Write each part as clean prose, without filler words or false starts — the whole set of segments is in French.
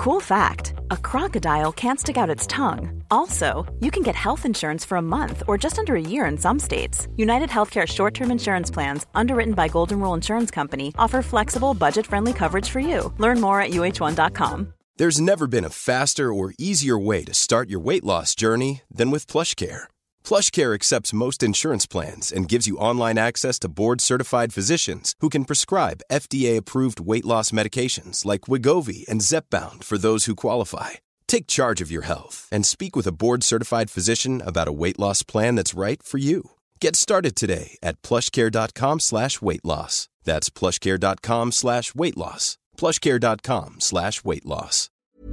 Cool fact, a crocodile can't stick out its tongue. Also, you can get health insurance for a month or just under a year in some states. United Healthcare short-term insurance plans, underwritten by Golden Rule Insurance Company, offer flexible, budget-friendly coverage for you. Learn more at uh1.com. There's never been a faster or easier way to start your weight loss journey than with PlushCare. PlushCare accepts most insurance plans and gives you online access to board-certified physicians who can prescribe FDA-approved weight loss medications like Wegovy and Zepbound for those who qualify. Take charge of your health and speak with a board-certified physician about a weight loss plan that's right for you. Get started today at plushcare.com/weight loss. That's plushcare.com/weight loss. plushcare.com/weight loss.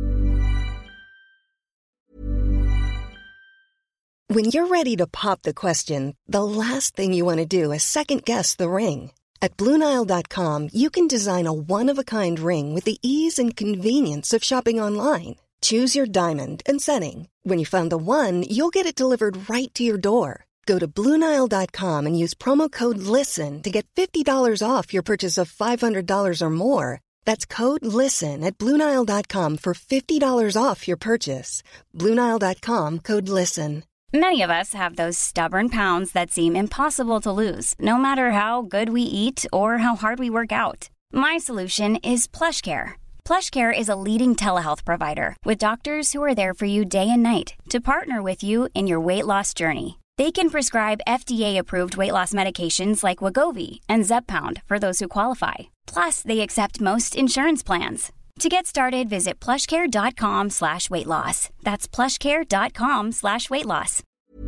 When you're ready to pop the question, the last thing you want to do is second-guess the ring. At BlueNile.com, you can design a one-of-a-kind ring with the ease and convenience of shopping online. Choose your diamond and setting. When you find the one, you'll get it delivered right to your door. Go to BlueNile.com and use promo code LISTEN to get $50 off your purchase of $500 or more. That's code LISTEN at BlueNile.com for $50 off your purchase. BlueNile.com, code LISTEN. Many of us have those stubborn pounds that seem impossible to lose, no matter how good we eat or how hard we work out. My solution is PlushCare. PlushCare is a leading telehealth provider with doctors who are there for you day and night to partner with you in your weight loss journey. They can prescribe FDA-approved weight loss medications like Wegovy and Zepbound for those who qualify. Plus, they accept most insurance plans. To get started, visit plushcare.com/weight loss. That's plushcare.com/weight loss.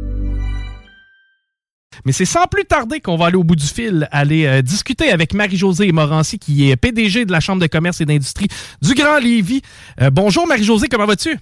Mais c'est sans plus tarder qu'on va aller au bout du fil, aller discuter avec Marie-Josée Morancy, qui est PDG de la Chambre de commerce et d'industrie du Grand Lévis. Bonjour Marie-Josée, comment vas-tu?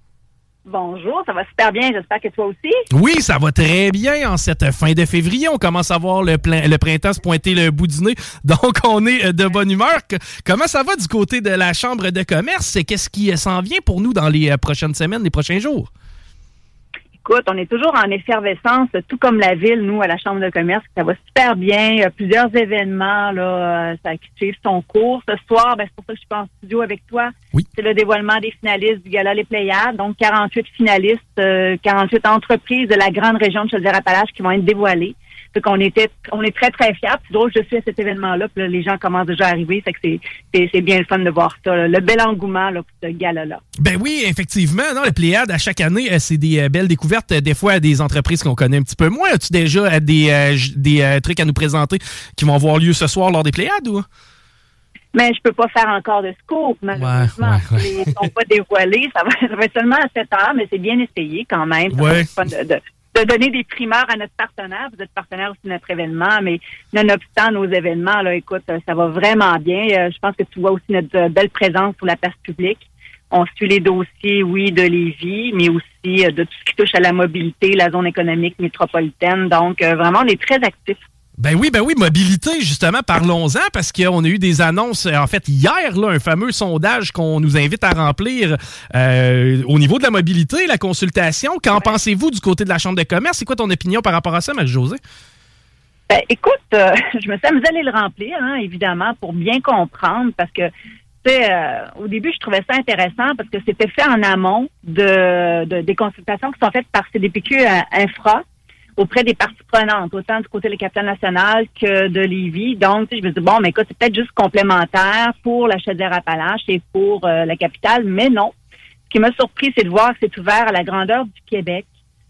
Bonjour, ça va super bien, j'espère que toi aussi. Oui, ça va très bien en cette fin de février. On commence à voir le printemps se pointer le bout du nez, donc on est de bonne humeur. Comment ça va du côté de la Chambre de commerce? Qu'est-ce qui s'en vient pour nous dans les prochaines semaines, les prochains jours? Écoute, on est toujours en effervescence, tout comme la ville, nous, à la Chambre de commerce. Ça va super bien. Il y a plusieurs événements là, qui suivent son cours. Ce soir, c'est pour ça que je suis pas en studio avec toi. Oui. C'est le dévoilement des finalistes du Gala Les Pléiades. Donc, 48 finalistes, 48 entreprises de la grande région de Chaudière-Appalaches qui vont être dévoilées. Donc, on est très, très fiers. C'est drôle, je suis à cet événement-là, puis là, les gens commencent déjà à arriver. Fait que c'est bien le fun de voir ça, là. Le bel engouement là, pour ce gala-là. Ben oui, effectivement. Non, les Pléiades, à chaque année, c'est des belles découvertes. Des fois, des entreprises qu'on connaît un petit peu moins. As-tu déjà des trucs à nous présenter qui vont avoir lieu ce soir lors des Pléiades, ou? Mais je peux pas faire encore de scoop, malheureusement. Ouais. Ils sont pas dévoilés. Ça va être seulement à 7 heures, mais c'est bien essayé quand même. Ouais. C'est fun de donner des primeurs à notre partenaire. Vous êtes partenaire aussi de notre événement, mais nonobstant nos événements, là, écoute, ça va vraiment bien. Je pense que tu vois aussi notre belle présence sur la place publique. On suit les dossiers, oui, de Lévis, mais aussi de tout ce qui touche à la mobilité, la zone économique métropolitaine. Donc, vraiment, on est très actifs. Ben oui, mobilité, justement, parlons-en, parce qu'on a eu des annonces, en fait, hier, là, un fameux sondage qu'on nous invite à remplir au niveau de la mobilité, la consultation. Qu'en pensez-vous du côté de la Chambre de commerce? C'est quoi ton opinion par rapport à ça, Marie-Josée? Ben, écoute, je me suis amusée à aller le remplir, évidemment, pour bien comprendre, parce que, tu sais, au début, je trouvais ça intéressant, parce que c'était fait en amont des consultations qui sont faites par CDPQ Infra, auprès des parties prenantes, autant du côté de la capitale nationale que de Lévis. Donc, je me dis, bon, mais écoute, c'est peut-être juste complémentaire pour la Chaudière-Appalaches et pour la capitale, mais non. Ce qui m'a surpris, c'est de voir que c'est ouvert à la grandeur du Québec.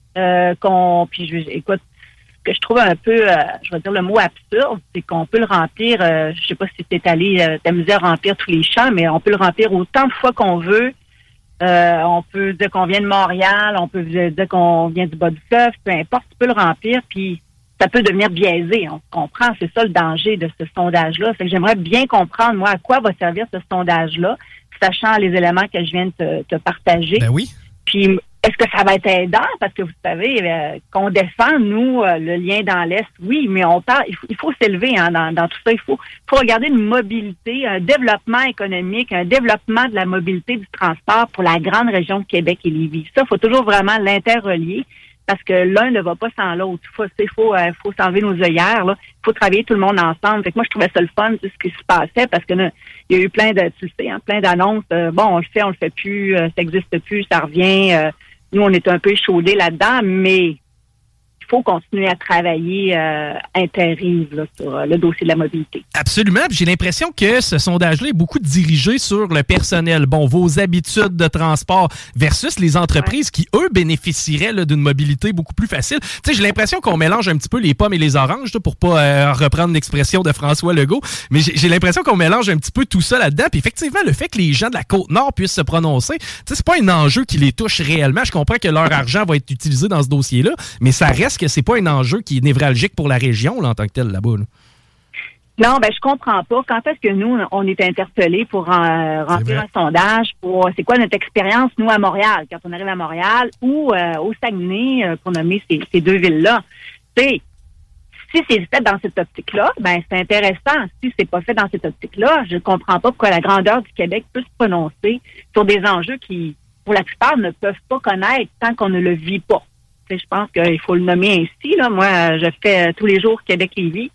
Écoute, ce que je trouve un peu, je vais dire le mot absurde, c'est qu'on peut le remplir, je sais pas si t'es allé t'amuser à remplir tous les champs, mais on peut le remplir autant de fois qu'on veut. On peut dire qu'on vient de Montréal, on peut dire qu'on vient du Bas-du-Fleuve, peu importe, tu peux le remplir, puis ça peut devenir biaisé. On comprend, c'est ça le danger de ce sondage-là. Fait que j'aimerais bien comprendre, moi, à quoi va servir ce sondage-là, sachant les éléments que je viens de te partager. Ben oui. Puis, est-ce que ça va être aidant? Parce que vous savez, qu'on défend, nous, le lien dans l'Est, oui, mais on parle, il faut s'élever dans tout ça. Il faut regarder une mobilité, un développement économique, un développement de la mobilité du transport pour la grande région de Québec et Lévis. Ça, il faut toujours vraiment l'interrelier. parce que l'un ne va pas sans l'autre. Il faut s'enlever nos œillères, là. Il faut travailler tout le monde ensemble. Fait que moi, je trouvais ça le fun, ce qui se passait, parce que là, il y a eu plein d'annonces. On le fait plus, ça n'existe plus, ça revient. Nous, on est un peu échaudés là-dedans, mais il faut continuer à travailler interrive sur le dossier de la mobilité. Absolument. Puis j'ai l'impression que ce sondage-là est beaucoup dirigé sur le personnel. Bon, vos habitudes de transport versus les entreprises qui, eux, bénéficieraient là, d'une mobilité beaucoup plus facile. Tu sais, j'ai l'impression qu'on mélange un petit peu les pommes et les oranges, là, pour pas reprendre l'expression de François Legault, mais j'ai l'impression qu'on mélange un petit peu tout ça là-dedans. Puis effectivement, le fait que les gens de la Côte-Nord puissent se prononcer, tu sais, c'est pas un enjeu qui les touche réellement. Je comprends que leur argent va être utilisé dans ce dossier-là, mais ça reste que c'est pas un enjeu qui est névralgique pour la région là, en tant que tel là-bas. Là. Non, je comprends pas. Quand est-ce que nous, on est interpellés pour remplir un sondage pour c'est quoi notre expérience, nous, à Montréal, quand on arrive à Montréal ou au Saguenay, pour nommer ces deux villes-là. Si c'est fait dans cette optique-là, c'est intéressant. Si c'est pas fait dans cette optique-là, je comprends pas pourquoi la grandeur du Québec peut se prononcer sur des enjeux qui, pour la plupart, ne peuvent pas connaître tant qu'on ne le vit pas. Je pense qu'il faut le nommer ainsi. Là. Moi, je fais tous les jours Québec-Lévis.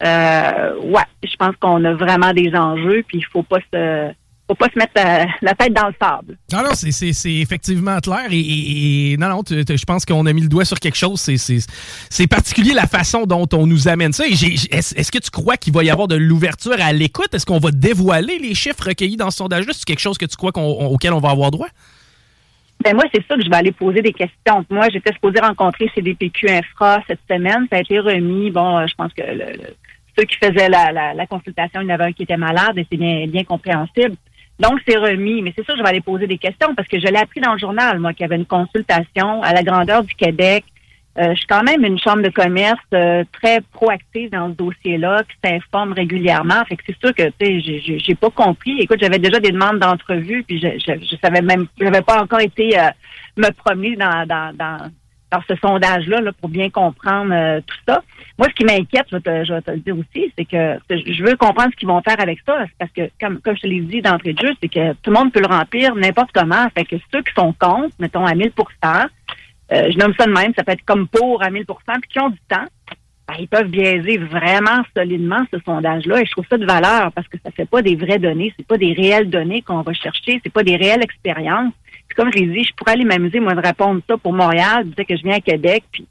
Je pense qu'on a vraiment des enjeux, puis il faut pas se mettre la tête dans le sable. Non, c'est effectivement clair. Et non, je pense qu'on a mis le doigt sur quelque chose. C'est particulier la façon dont on nous amène ça. Et est-ce que tu crois qu'il va y avoir de l'ouverture à l'écoute? Est-ce qu'on va dévoiler les chiffres recueillis dans ce sondage-là? C'est quelque chose que tu crois auquel on va avoir droit? Moi, c'est ça que je vais aller poser des questions. Moi, j'étais supposée rencontrer CDPQ Infra cette semaine. Ça a été remis. Bon, je pense que ceux qui faisaient la consultation, il y en avait un qui était malade et c'est bien compréhensible. Donc, c'est remis. Mais c'est sûr que je vais aller poser des questions parce que je l'ai appris dans le journal, moi, qu'il y avait une consultation à la grandeur du Québec. Je suis quand même une chambre de commerce très proactive dans ce dossier-là, qui s'informe régulièrement. Fait que c'est sûr que, tu sais, j'ai pas compris. Écoute, j'avais déjà des demandes d'entrevue, puis je savais même, j'avais pas encore été me promener dans ce sondage-là là, pour bien comprendre tout ça. Moi, ce qui m'inquiète, je vais te le dire aussi, c'est que je veux comprendre ce qu'ils vont faire avec ça, parce que, comme je te l'ai dit d'entrée de jeu, c'est que tout le monde peut le remplir n'importe comment. Fait que ceux qui sont contre, mettons à 1000%, je nomme ça de même, ça peut être comme pour à 1000%, puis qui ont du temps, ils peuvent biaiser vraiment solidement ce sondage-là. Et je trouve ça de valeur parce que ça fait pas des vraies données, c'est pas des réelles données qu'on va chercher, c'est pas des réelles expériences. Puis comme je l'ai dit, je pourrais aller m'amuser, moi, de répondre ça pour Montréal, dire que je viens à Québec, puis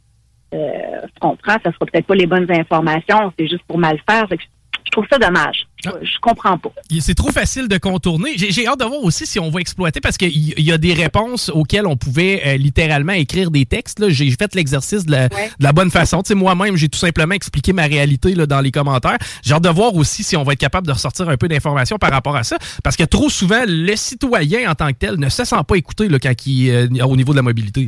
je comprends, ça sera peut-être pas les bonnes informations, c'est juste pour mal faire. Je trouve ça dommage. Je comprends pas. C'est trop facile de contourner. J'ai hâte de voir aussi si on va exploiter, parce qu'il y a des réponses auxquelles on pouvait littéralement écrire des textes. Là. J'ai fait l'exercice de la bonne façon. T'sais, moi-même, j'ai tout simplement expliqué ma réalité là, dans les commentaires. J'ai hâte de voir aussi si on va être capable de ressortir un peu d'informations par rapport à ça, parce que trop souvent, le citoyen en tant que tel ne se sent pas écouté là, quand au niveau de la mobilité.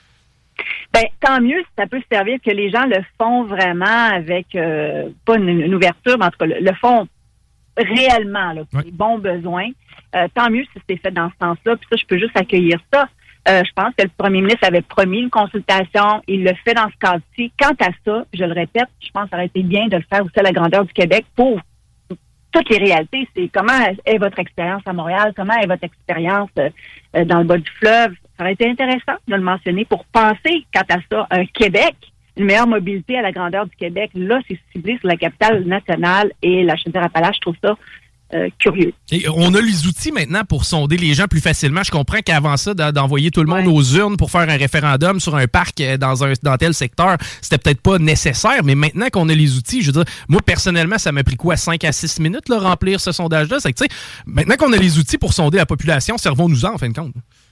Tant mieux si ça peut servir que les gens le font vraiment avec, pas une ouverture, mais en tout cas, le font réellement, là, pour les bons besoins. Tant mieux si c'est fait dans ce sens-là, puis ça, je peux juste accueillir ça. Je pense que le premier ministre avait promis une consultation, il le fait dans ce cadre-ci. Quant à ça, je le répète, je pense que ça aurait été bien de le faire aussi à la grandeur du Québec pour toutes les réalités. C'est comment est votre expérience à Montréal, comment est votre expérience dans le bas du fleuve. Ça aurait été intéressant de le mentionner pour penser, quant à ça, un Québec, une meilleure mobilité à la grandeur du Québec. Là, c'est ciblé sur la capitale nationale et la Chaudière-Appalaches. Je trouve ça curieux. Et on a les outils maintenant pour sonder les gens plus facilement. Je comprends qu'avant ça, d'envoyer tout le monde aux urnes pour faire un référendum sur un parc dans tel secteur, c'était peut-être pas nécessaire, mais maintenant qu'on a les outils, je veux dire, moi, personnellement, ça m'a pris 5 à 6 minutes, là, remplir ce sondage-là. C'est que, tu sais, maintenant qu'on a les outils pour sonder la population, servons-nous-en, en fin de compte.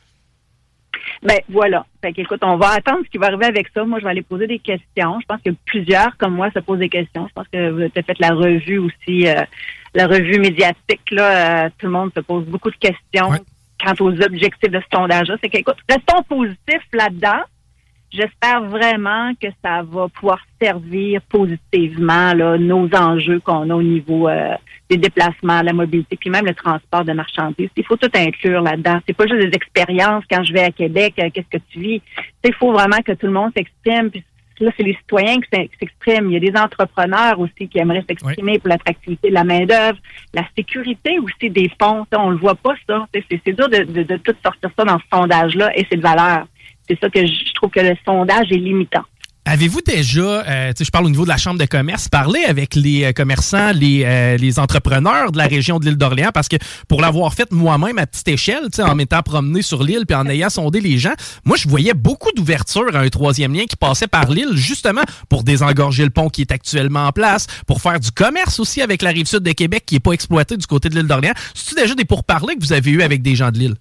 Voilà. Fait qu'écoute, on va attendre ce qui va arriver avec ça. Moi, je vais aller poser des questions. Je pense que plusieurs, comme moi, se posent des questions. Je pense que vous avez fait la revue aussi, la revue médiatique, là. Tout le monde se pose beaucoup de questions quant aux objectifs de ce sondage-là. C'est qu'écoute, restons positifs là-dedans. J'espère vraiment que ça va pouvoir servir positivement là, nos enjeux qu'on a au niveau des déplacements, la mobilité, puis même le transport de marchandises. Il faut tout inclure là-dedans. C'est pas juste des expériences. Quand je vais à Québec, qu'est-ce que tu vis? Il faut vraiment que tout le monde s'exprime. Puis là, c'est les citoyens qui s'expriment. Il y a des entrepreneurs aussi qui aimeraient s'exprimer pour l'attractivité de la main-d'œuvre, la sécurité aussi des ponts. On le voit pas, ça. C'est dur de tout sortir ça dans ce sondage-là et c'est de valeur. c'est ça que je trouve que le sondage est limitant. Avez-vous déjà, je parle au niveau de la Chambre de commerce, parlé avec les commerçants, les entrepreneurs de la région de l'île d'Orléans? Parce que pour l'avoir fait moi-même à petite échelle, en m'étant promené sur l'île puis en ayant sondé les gens, moi, je voyais beaucoup d'ouverture à un troisième lien qui passait par l'île, justement pour désengorger le pont qui est actuellement en place, pour faire du commerce aussi avec la Rive-Sud de Québec qui n'est pas exploitée du côté de l'île d'Orléans. C'est-tu déjà des pourparlers que vous avez eus avec des gens de l'île?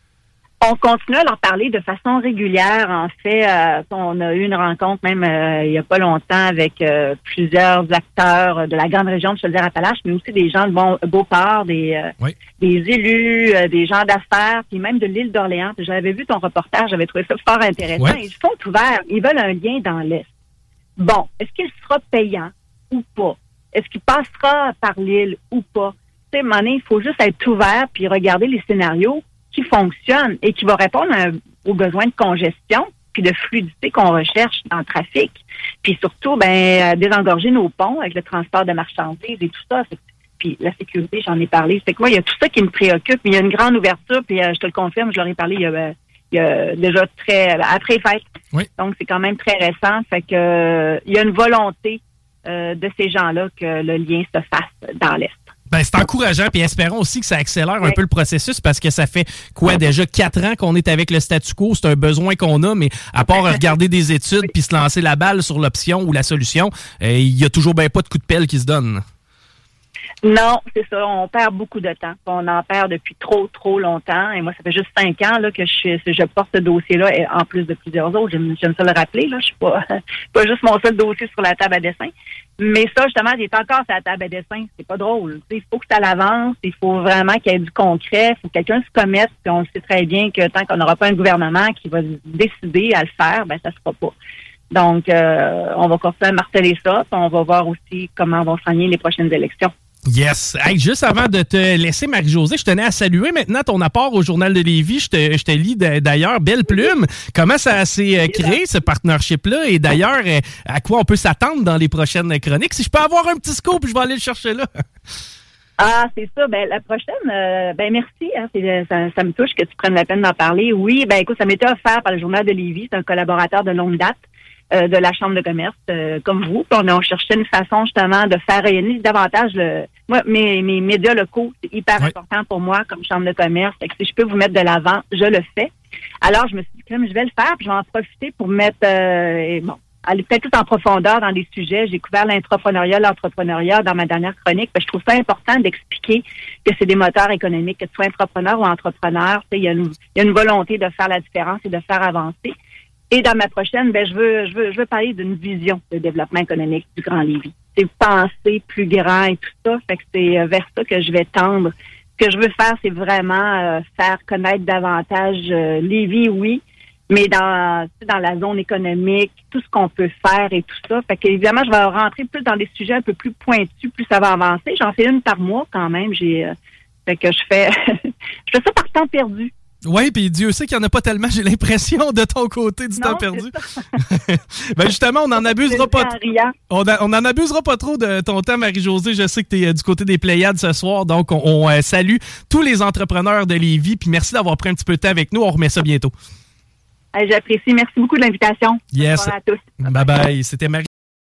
On continue à leur parler de façon régulière. En fait, on a eu une rencontre même il y a pas longtemps avec plusieurs acteurs de la grande région de Chaudière-Appalaches, mais aussi des gens de Beauport, des élus, des gens d'affaires, puis même de l'île d'Orléans. J'avais vu ton reportage, j'avais trouvé ça fort intéressant. Ouais. Ils sont ouverts, ils veulent un lien dans l'Est. Bon, est-ce qu'il sera payant ou pas? Est-ce qu'il passera par l'île ou pas? Tu sais, à un moment donné, il faut juste être ouvert puis regarder les scénarios qui fonctionne et qui va répondre aux besoins de congestion puis de fluidité qu'on recherche dans le trafic. Puis surtout, désengorger nos ponts avec le transport de marchandises et tout ça. Puis la sécurité, j'en ai parlé. C'est quoi? Il y a tout ça qui me préoccupe. Mais il y a une grande ouverture, puis je te le confirme, je leur ai parlé il y a déjà après fête. Oui. Donc, c'est quand même très récent. Fait que il y a une volonté de ces gens-là que le lien se fasse dans l'Est. Ben, c'est encourageant, puis espérons aussi que ça accélère un peu le processus, parce que ça fait, déjà 4 ans qu'on est avec le statu quo, c'est un besoin qu'on a, mais à part regarder des études puis se lancer la balle sur l'option ou la solution, il y a toujours pas de coup de pelle qui se donne. Non, c'est ça. On perd beaucoup de temps. On en perd depuis trop longtemps. Et moi, ça fait juste 5 ans là, que je porte ce dossier-là, et en plus de plusieurs autres. J'aime ça le rappeler. Là. Je suis pas juste mon seul dossier sur la table à dessin. Mais ça, justement, il est encore sur la table à dessin. C'est pas drôle. Il faut que ça l'avance. Il faut vraiment qu'il y ait du concret. Il faut que quelqu'un se commette. Puis on sait très bien que tant qu'on n'aura pas un gouvernement qui va décider à le faire, ça se fera pas. Donc, on va continuer à marteler ça. Puis on va voir aussi comment vont s'enligner les prochaines élections. Yes. Hey, juste avant de te laisser, Marie-Josée, je tenais à saluer maintenant ton apport au Journal de Lévis. Je te lis d'ailleurs, belle plume. Comment ça s'est créé, ce partnership-là? Et d'ailleurs, à quoi on peut s'attendre dans les prochaines chroniques? Si je peux avoir un petit scoop, je vais aller le chercher là. Ah, c'est ça. La prochaine, merci. Hein, ça me touche que tu prennes la peine d'en parler. Oui, écoute, ça m'était offert par le Journal de Lévis. C'est un collaborateur de longue date de la Chambre de commerce, comme vous. Puis on cherchait une façon, justement, de faire rayonner davantage moi, mes médias locaux. C'est hyper important pour moi comme Chambre de commerce. Fait que si je peux vous mettre de l'avant, je le fais. Alors, je me suis dit, je vais le faire, puis je vais en profiter pour mettre, aller peut-être tout en profondeur dans les sujets. J'ai couvert l'entrepreneuriat dans ma dernière chronique. Je trouve ça important d'expliquer que c'est des moteurs économiques, que tu sois entrepreneur ou entrepreneur. Il y a une volonté de faire la différence et de faire avancer. Et dans ma prochaine, je veux parler d'une vision de développement économique du Grand Lévis. C'est penser plus grand et tout ça. Fait que c'est vers ça que je vais tendre. Ce que je veux faire, c'est vraiment faire connaître davantage Lévis, oui, mais dans la zone économique, tout ce qu'on peut faire et tout ça. Fait qu'évidemment, je vais rentrer plus dans des sujets un peu plus pointus, plus ça va avancer. J'en fais une par mois quand même. Fait que je fais ça par temps perdu. Oui, puis Dieu sait qu'il n'y en a pas tellement, j'ai l'impression, de ton côté du temps perdu. Justement, on n'en abusera pas. On n'en abusera pas trop de ton temps, Marie-Josée. Je sais que tu es du côté des Pléiades ce soir, donc on salue tous les entrepreneurs de Lévis, puis merci d'avoir pris un petit peu de temps avec nous. On remet ça bientôt. J'apprécie. Merci beaucoup de l'invitation. Yes. Bonsoir à tous. Bye-bye. C'était Marie.